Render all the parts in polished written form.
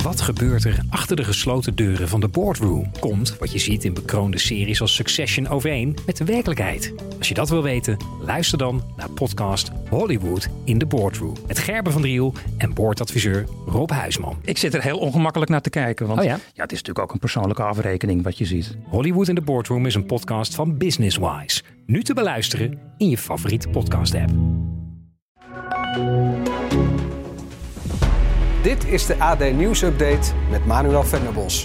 Wat gebeurt er achter de gesloten deuren van de boardroom? Komt wat je ziet in bekroonde series als Succession overeen met de werkelijkheid? Als je dat wil weten, luister dan naar podcast Hollywood in the Boardroom. Met Gerben van Driel en boordadviseur Rob Huisman. Ik zit er heel ongemakkelijk naar te kijken. Want ja, het is natuurlijk ook een persoonlijke afrekening wat je ziet. Hollywood in the Boardroom is een podcast van Businesswise. Nu te beluisteren in je favoriete podcast-app. Dit is de AD Nieuws Update met Manuel Venderbos.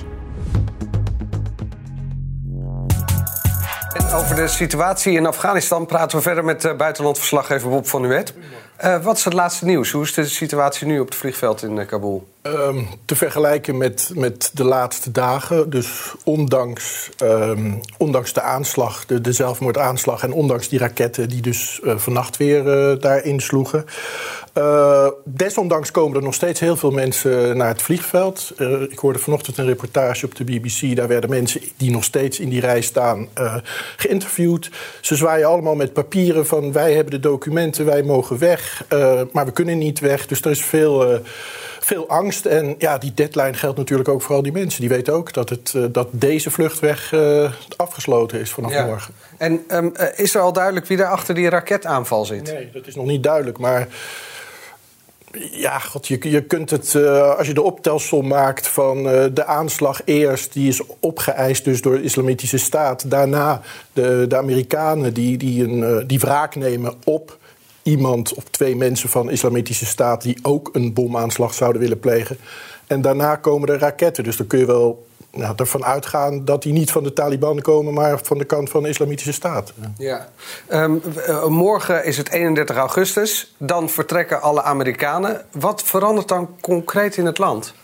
En over de situatie in Afghanistan praten we verder met buitenlandverslaggever Bob van Nuet. Wat is het laatste nieuws? Hoe is de situatie nu op het vliegveld in Kabul? Te vergelijken met de laatste dagen. Dus ondanks de aanslag, de zelfmoordaanslag en ondanks die raketten die dus vannacht weer daarin sloegen. Desondanks komen er nog steeds heel veel mensen naar het vliegveld. Ik hoorde vanochtend een reportage op de BBC. Daar werden mensen die nog steeds in die rij staan geïnterviewd. Ze zwaaien allemaal met papieren van wij hebben de documenten, wij mogen weg. Maar we kunnen niet weg. Dus er is veel angst. En ja, die deadline geldt natuurlijk ook voor al die mensen. Die weten ook dat deze vluchtweg afgesloten is vanaf morgen. En is er al duidelijk wie daar achter die raketaanval zit? Nee, dat is nog niet duidelijk. Maar ja, God, je kunt het, als je de optelsom maakt van de aanslag eerst, die is opgeëist dus door de Islamitische Staat. Daarna de Amerikanen die wraak nemen op iemand of twee mensen van de Islamitische Staat die ook een bomaanslag zouden willen plegen. En daarna komen de raketten. Dus dan kun je wel ervan uitgaan dat die niet van de Taliban komen, maar van de kant van de Islamitische Staat. Ja. Morgen is het 31 augustus. Dan vertrekken alle Amerikanen. Wat verandert dan concreet in het land?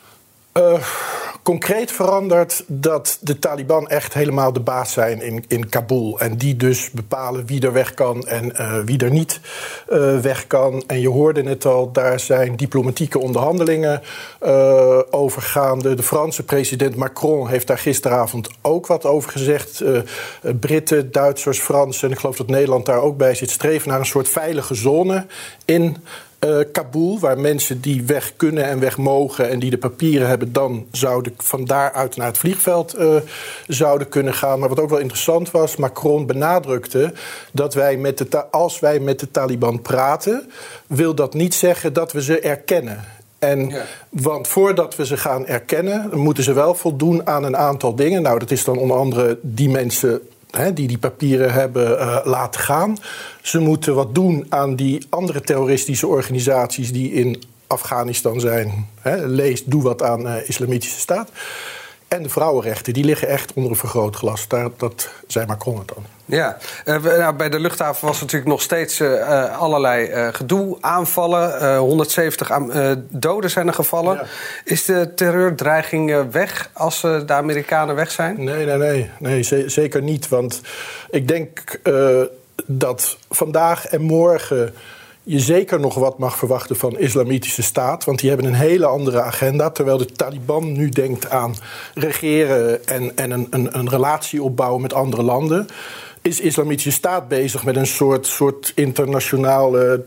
Concreet verandert dat de Taliban echt helemaal de baas zijn in Kabul. En die dus bepalen wie er weg kan en wie er niet weg kan. En je hoorde net al, daar zijn diplomatieke onderhandelingen overgaande. De Franse president Macron heeft daar gisteravond ook wat over gezegd. Britten, Duitsers, Fransen en ik geloof dat Nederland daar ook bij zit, streven naar een soort veilige zone in Kabul, waar mensen die weg kunnen en weg mogen en die de papieren hebben, dan zouden van daaruit naar het vliegveld zouden kunnen gaan. Maar wat ook wel interessant was, Macron benadrukte dat als wij met de Taliban praten, wil dat niet zeggen dat we ze erkennen. Want voordat we ze gaan erkennen, moeten ze wel voldoen aan een aantal dingen. Nou, dat is dan onder andere die mensen die papieren hebben laten gaan. Ze moeten wat doen aan die andere terroristische organisaties die in Afghanistan zijn. Lees, doe wat aan Islamitische Staat. En de vrouwenrechten, die liggen echt onder een vergrootglas. Dat zei Macron het dan. Ja, bij de luchthaven was natuurlijk nog steeds allerlei gedoe, aanvallen. 170 doden zijn er gevallen. Ja. Is de terreurdreiging weg als de Amerikanen weg zijn? Nee, zeker niet. Want ik denk dat vandaag en morgen je zeker nog wat mag verwachten van Islamitische Staat. Want die hebben een hele andere agenda. Terwijl de Taliban nu denkt aan regeren en een relatie opbouwen met andere landen, is Islamitische Staat bezig met een soort internationale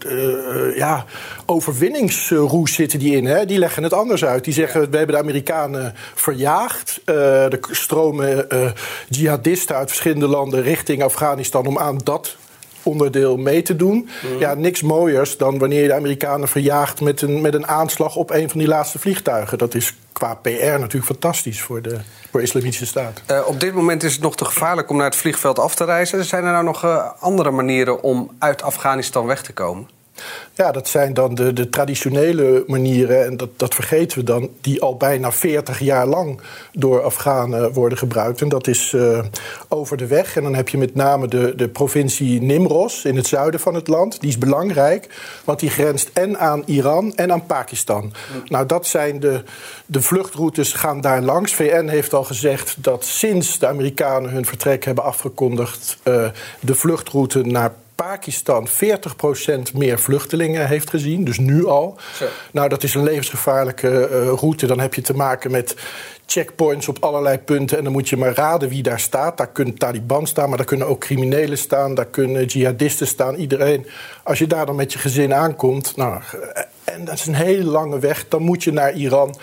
overwinningsroes zitten die in. Die leggen het anders uit. Die zeggen, we hebben de Amerikanen verjaagd. Er stromen jihadisten uit verschillende landen richting Afghanistan om aan dat onderdeel mee te doen. Ja, niks mooiers dan wanneer je de Amerikanen verjaagt met een aanslag op een van die laatste vliegtuigen. Dat is qua PR natuurlijk fantastisch voor de Islamitische Staat. Op dit moment is het nog te gevaarlijk om naar het vliegveld af te reizen. Zijn er nou nog andere manieren om uit Afghanistan weg te komen? Ja, dat zijn dan de traditionele manieren, en dat vergeten we dan, die al bijna 40 jaar lang door Afghanen worden gebruikt. En dat is over de weg. En dan heb je met name de provincie Nimros in het zuiden van het land. Die is belangrijk, want die grenst en aan Iran en aan Pakistan. Nou, dat zijn de vluchtroutes gaan daar langs. VN heeft al gezegd dat sinds de Amerikanen hun vertrek hebben afgekondigd, de vluchtroute naar Pakistan 40% meer vluchtelingen heeft gezien, dus nu al. Zo. Nou, dat is een levensgevaarlijke route. Dan heb je te maken met checkpoints op allerlei punten en dan moet je maar raden wie daar staat. Daar kunnen Taliban staan, maar daar kunnen ook criminelen staan, daar kunnen jihadisten staan, iedereen. Als je daar dan met je gezin aankomt, en dat is een hele lange weg, dan moet je naar Iran.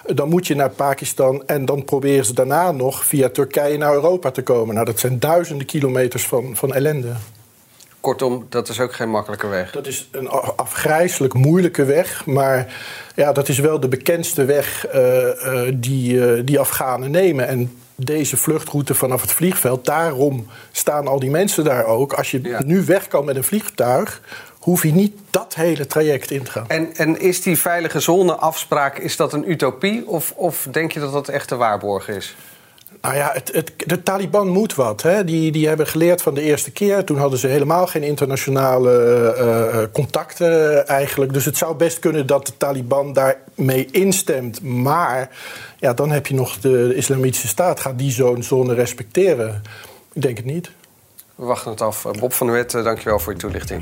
Dan moet je naar Pakistan en dan proberen ze daarna nog via Turkije naar Europa te komen. Nou, dat zijn duizenden kilometers van ellende. Kortom, dat is ook geen makkelijke weg. Dat is een afgrijselijk moeilijke weg. Maar ja, dat is wel de bekendste weg die Afghanen nemen. En deze vluchtroute vanaf het vliegveld, daarom staan al die mensen daar ook. Als je nu weg kan met een vliegtuig, hoef je niet dat hele traject in te gaan. En is die veilige zone-afspraak, is dat een utopie? Of denk je dat dat echt te waarborgen is? Nou ja, de Taliban moet wat. Hè. Die hebben geleerd van de eerste keer. Toen hadden ze helemaal geen internationale contacten eigenlijk. Dus het zou best kunnen dat de Taliban daarmee instemt. Maar ja, dan heb je nog de Islamitische Staat. Gaat die zo'n zone respecteren? Ik denk het niet. We wachten het af. Bob van der Wet, dankjewel voor je toelichting.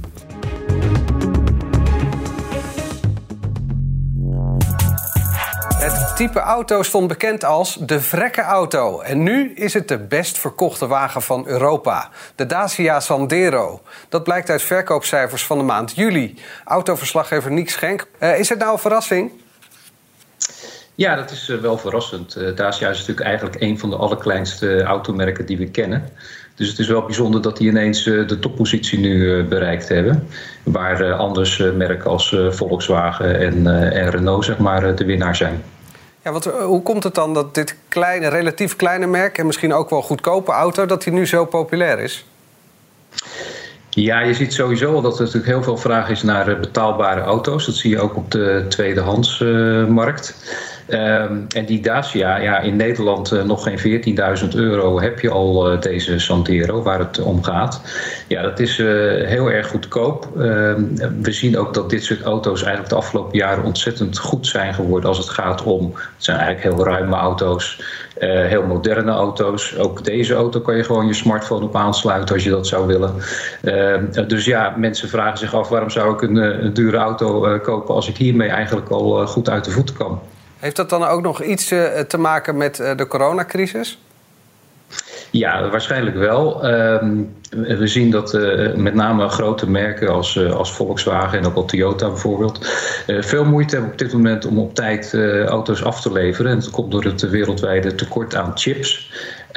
Het type auto stond bekend als de Vrekke-auto. En nu is het de best verkochte wagen van Europa. De Dacia Sandero. Dat blijkt uit verkoopcijfers van de maand juli. Autoverslaggever Niek Schenk. Is het nou een verrassing? Ja, dat is wel verrassend. Dacia is natuurlijk eigenlijk een van de allerkleinste automerken die we kennen. Dus het is wel bijzonder dat die ineens de toppositie nu bereikt hebben. Waar anders merken als Volkswagen en Renault zeg maar, de winnaar zijn. Ja, hoe komt het dan dat dit relatief kleine merk en misschien ook wel goedkope auto, dat die nu zo populair is? Ja, je ziet sowieso al dat er natuurlijk heel veel vraag is naar betaalbare auto's. Dat zie je ook op de tweedehandsmarkt. En die Dacia, ja, in Nederland nog geen €14.000 heb je al deze Sandero, waar het om gaat. Ja, dat is heel erg goedkoop. We zien ook dat dit soort auto's eigenlijk de afgelopen jaren ontzettend goed zijn geworden als het gaat om. Het zijn eigenlijk heel ruime auto's, heel moderne auto's. Ook deze auto kan je gewoon je smartphone op aansluiten als je dat zou willen. Dus ja, mensen vragen zich af, waarom zou ik een dure auto kopen als ik hiermee eigenlijk al goed uit de voeten kan. Heeft dat dan ook nog iets te maken met de coronacrisis? Ja, waarschijnlijk wel. We zien dat met name grote merken als Volkswagen en ook al Toyota bijvoorbeeld veel moeite hebben op dit moment om op tijd auto's af te leveren. En dat komt door het wereldwijde tekort aan chips.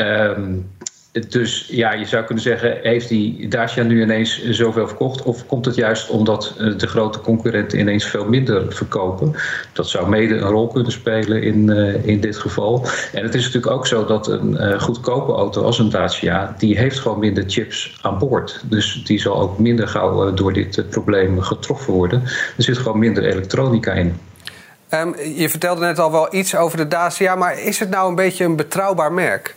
Dus ja, je zou kunnen zeggen, heeft die Dacia nu ineens zoveel verkocht? Of komt het juist omdat de grote concurrenten ineens veel minder verkopen? Dat zou mede een rol kunnen spelen in dit geval. En het is natuurlijk ook zo dat een goedkope auto als een Dacia, die heeft gewoon minder chips aan boord. Dus die zal ook minder gauw door dit probleem getroffen worden. Er zit gewoon minder elektronica in. Je vertelde net al wel iets over de Dacia, maar is het nou een beetje een betrouwbaar merk?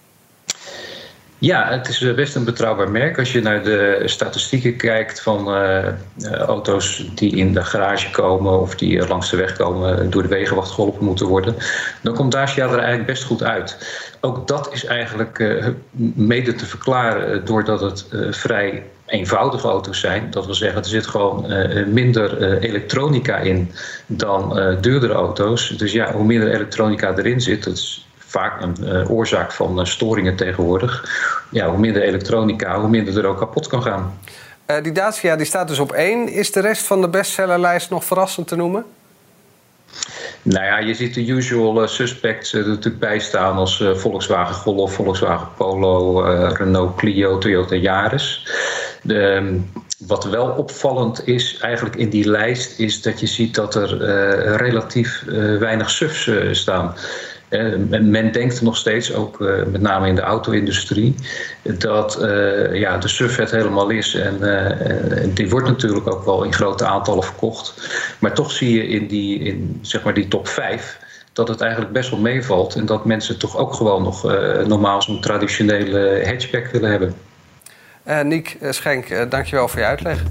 Ja, het is best een betrouwbaar merk. Als je naar de statistieken kijkt van auto's die in de garage komen of die langs de weg komen, door de wegenwacht geholpen moeten worden, dan komt Dacia er eigenlijk best goed uit. Ook dat is eigenlijk mede te verklaren doordat het vrij eenvoudige auto's zijn. Dat wil zeggen, er zit gewoon minder elektronica in dan duurdere auto's. Dus ja, hoe minder elektronica erin zit, dat is vaak een oorzaak van storingen tegenwoordig. Ja, hoe minder elektronica, hoe minder er ook kapot kan gaan. Die Dacia die staat dus op 1. Is de rest van de bestsellerlijst nog verrassend te noemen? Nou ja, je ziet de usual suspects er natuurlijk bij staan als Volkswagen Golf, Volkswagen Polo, Renault Clio, Toyota Yaris. Wat wel opvallend is eigenlijk in die lijst is dat je ziet dat er relatief weinig SUV's staan. Men denkt nog steeds, ook met name in de auto-industrie, dat de SUV het helemaal is. En die wordt natuurlijk ook wel in grote aantallen verkocht. Maar toch zie je in zeg maar die top 5 dat het eigenlijk best wel meevalt. En dat mensen toch ook gewoon nog normaal zo'n traditionele hatchback willen hebben. Niek Schenk, dankjewel voor je uitleg.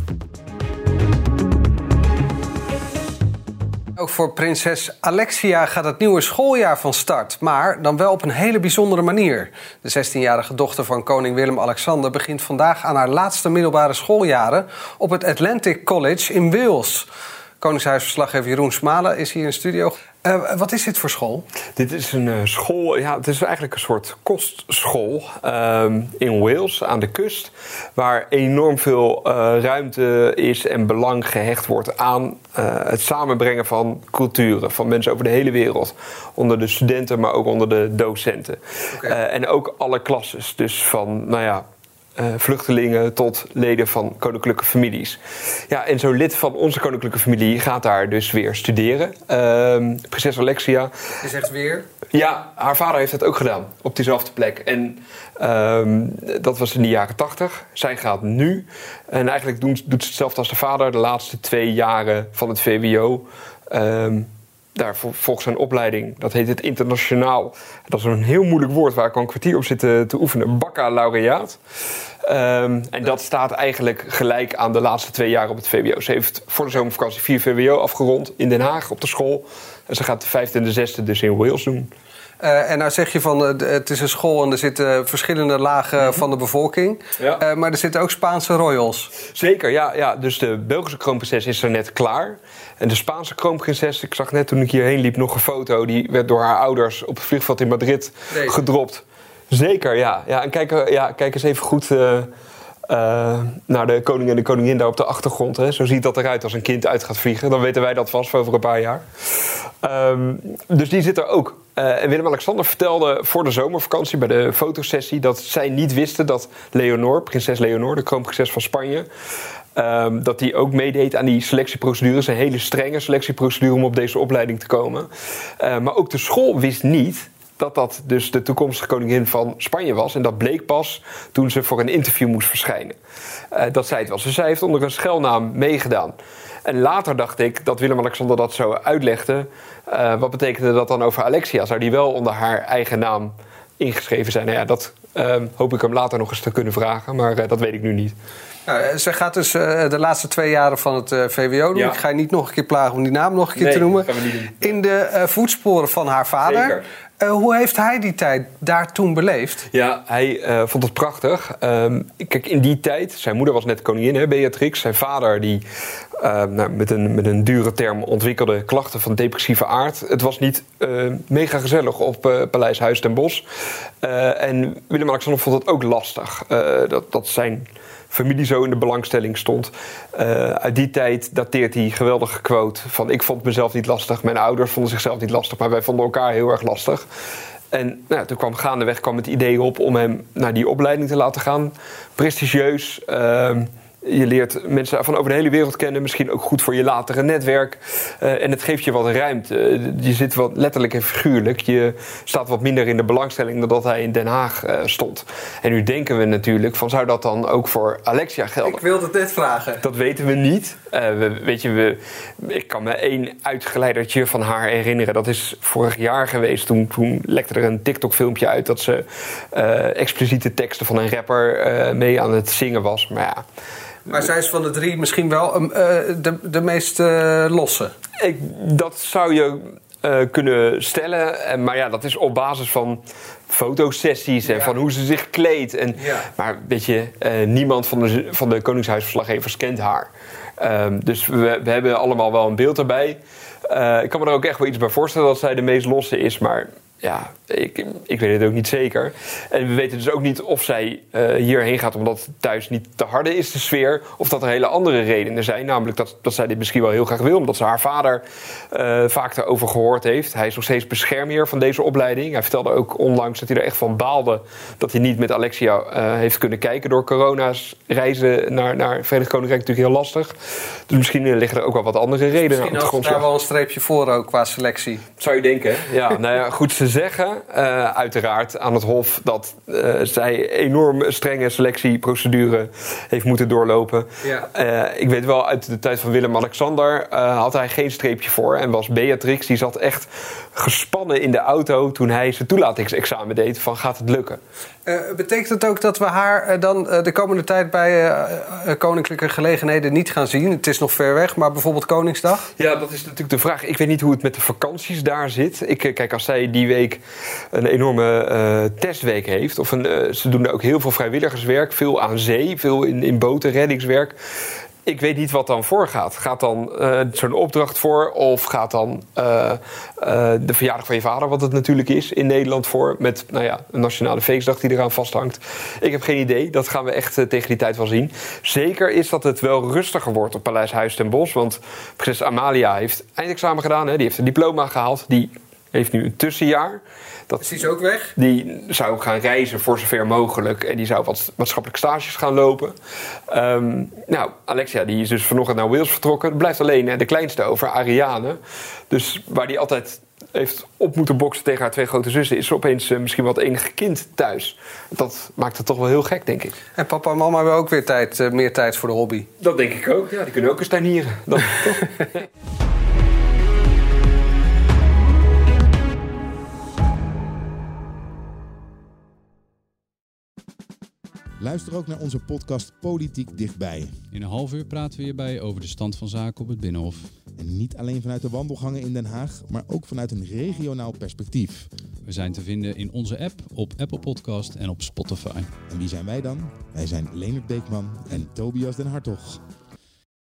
Ook voor prinses Alexia gaat het nieuwe schooljaar van start. Maar dan wel op een hele bijzondere manier. De 16-jarige dochter van koning Willem-Alexander begint vandaag aan haar laatste middelbare schooljaren op het Atlantic College in Wales. Koningshuisverslaggever Jeroen Smalen is hier in de studio. Wat is dit voor school? Dit is een school, het is eigenlijk een soort kostschool in Wales aan de kust. Waar enorm veel ruimte is en belang gehecht wordt aan het samenbrengen van culturen. Van mensen over de hele wereld. Onder de studenten, maar ook onder de docenten. Okay. En ook alle klasses. Dus van, vluchtelingen tot leden van koninklijke families. Ja, en zo'n lid van onze koninklijke familie gaat daar dus weer studeren. Prinses Alexia. Je zegt weer? Ja, haar vader heeft het ook gedaan. Op diezelfde plek. En dat was in de jaren 80. Zij gaat nu. En eigenlijk doet ze hetzelfde als de vader. De laatste 2 jaren van het VWO. Daar volgt zijn opleiding. Dat heet het internationaal. Dat is een heel moeilijk woord waar ik al een kwartier op zit te oefenen. Baccalaureaat. En dat staat eigenlijk gelijk aan de laatste 2 jaar op het VWO. Ze heeft voor de zomervakantie 4 VWO afgerond in Den Haag op de school. En ze gaat de 5e en de 6e dus in Wales doen. En nou zeg je van het is een school en er zitten verschillende lagen van de bevolking. Ja. Maar er zitten ook Spaanse royals. Zeker, ja. Dus de Belgische kroonprinses is er net klaar. En de Spaanse kroonprinses, ik zag net toen ik hierheen liep nog een foto. Die werd door haar ouders op het vliegveld in Madrid gedropt. Zeker, ja. En kijk eens even goed naar de koning en de koningin daar op de achtergrond. Hè. Zo ziet dat eruit als een kind uit gaat vliegen. Dan weten wij dat vast over een paar jaar. Dus die zit er ook. En Willem-Alexander vertelde voor de zomervakantie bij de fotosessie dat zij niet wisten dat Leonor, prinses Leonor, de kroonprinses van Spanje, dat die ook meedeed aan die selectieprocedures. Een hele strenge selectieprocedure om op deze opleiding te komen. Maar ook de school wist niet dat dus de toekomstige koningin van Spanje was. En dat bleek pas toen ze voor een interview moest verschijnen. Dat zij het was. Dus zij heeft onder een schuilnaam meegedaan. En later dacht ik dat Willem-Alexander dat zo uitlegde. Wat betekende dat dan over Alexia? Zou die wel onder haar eigen naam ingeschreven zijn? Nou ja, dat hoop ik hem later nog eens te kunnen vragen. Maar dat weet ik nu niet. Nou, ze gaat dus de laatste 2 jaren van het VWO doen. Ja. Ik ga je niet nog een keer plagen om die naam nog een keer te noemen. Dat gaan we niet doen. In de voetsporen van haar vader. Zeker. Hoe heeft hij die tijd daar toen beleefd? Ja, hij vond het prachtig. Kijk, in die tijd, zijn moeder was net koningin, hè, Beatrix. Zijn vader, die met een dure term ontwikkelde klachten van depressieve aard. Het was niet mega gezellig op Paleis Huis ten Bosch. En Willem-Alexander vond het ook lastig. Dat zijn familie zo in de belangstelling stond. Uit die tijd dateert die geweldige quote van: ik vond mezelf niet lastig, mijn ouders vonden zichzelf niet lastig, maar wij vonden elkaar heel erg lastig. En toen kwam gaandeweg het idee op om hem naar die opleiding te laten gaan. Prestigieus. Je leert mensen van over de hele wereld kennen. Misschien ook goed voor je latere netwerk. En het geeft je wat ruimte. Je zit wat letterlijk en figuurlijk. Je staat wat minder in de belangstelling dan dat hij in Den Haag stond. En nu denken we natuurlijk van, zou dat dan ook voor Alexia gelden? Ik wilde het net vragen. Dat weten we niet. Ik kan me 1 uitgeleidertje van haar herinneren. Dat is vorig jaar geweest. Toen lekte er een TikTok-filmpje uit dat ze expliciete teksten van een rapper mee aan het zingen was. Maar ja. Maar zij is van de 3 misschien wel de meest losse. Dat zou je kunnen stellen. Maar ja, dat is op basis van fotosessies en van hoe ze zich kleedt. Maar weet je, niemand van de Koningshuisverslaggevers kent haar. Dus we hebben allemaal wel een beeld erbij. Ik kan me er ook echt wel iets bij voorstellen dat zij de meest losse is, maar ja, ik weet het ook niet zeker. En we weten dus ook niet of zij hierheen gaat omdat thuis niet te harde is, de sfeer. Of dat er hele andere redenen zijn. Namelijk dat zij dit misschien wel heel graag wil. Omdat ze haar vader vaak daarover gehoord heeft. Hij is nog steeds beschermheer van deze opleiding. Hij vertelde ook onlangs dat hij er echt van baalde dat hij niet met Alexia heeft kunnen kijken door corona's. Reizen naar het Verenigd Koninkrijk natuurlijk heel lastig. Dus misschien liggen er ook wel wat andere redenen aan de grondslag. Misschien daar wel een streepje voor ook qua selectie. Zou je denken, ja. Nou ja, goed, ze zeggen uiteraard aan het Hof dat zij enorm strenge selectieprocedure heeft moeten doorlopen. Ja. Ik weet wel, uit de tijd van Willem-Alexander had hij geen streepje voor. En was Beatrix, die zat echt gespannen in de auto toen hij zijn toelatingsexamen deed van gaat het lukken. Betekent het ook dat we haar dan de komende tijd bij koninklijke gelegenheden niet gaan zien? Het is nog ver weg, maar bijvoorbeeld Koningsdag? Ja, dat is natuurlijk de vraag. Ik weet niet hoe het met de vakanties daar zit. Kijk, als zij die week een enorme testweek heeft, of ze doen ook heel veel vrijwilligerswerk, veel aan zee, veel in boten, reddingswerk. ik weet niet wat dan voorgaat. Gaat dan zo'n opdracht voor? Of gaat dan de verjaardag van je vader, wat het natuurlijk is, in Nederland voor? Met een nationale feestdag die eraan vasthangt. Ik heb geen idee. Dat gaan we echt tegen die tijd wel zien. Zeker is dat het wel rustiger wordt op Paleis Huis ten Bosch. Want prinses Amalia heeft eindexamen gedaan. Hè? Die heeft een diploma gehaald. Die heeft nu een tussenjaar. Is die ook weg? Die zou gaan reizen voor zover mogelijk. En die zou wat maatschappelijke stages gaan lopen. Alexia die is dus vanochtend naar Wales vertrokken. Er blijft alleen de kleinste over, Ariane. Dus waar die altijd heeft op moeten boksen tegen haar 2 grote zussen... is er opeens misschien wel het enige kind thuis. Dat maakt het toch wel heel gek, denk ik. En papa en mama hebben ook weer meer tijd voor de hobby. Dat denk ik ook. Ja, die kunnen ook eens tuinieren. Dat toch? Luister ook naar onze podcast Politiek Dichtbij. In een half uur praten we hierbij over de stand van zaken op het Binnenhof. En niet alleen vanuit de wandelgangen in Den Haag, maar ook vanuit een regionaal perspectief. We zijn te vinden in onze app, op Apple Podcast en op Spotify. En wie zijn wij dan? Wij zijn Leonard Beekman en Tobias den Hartog.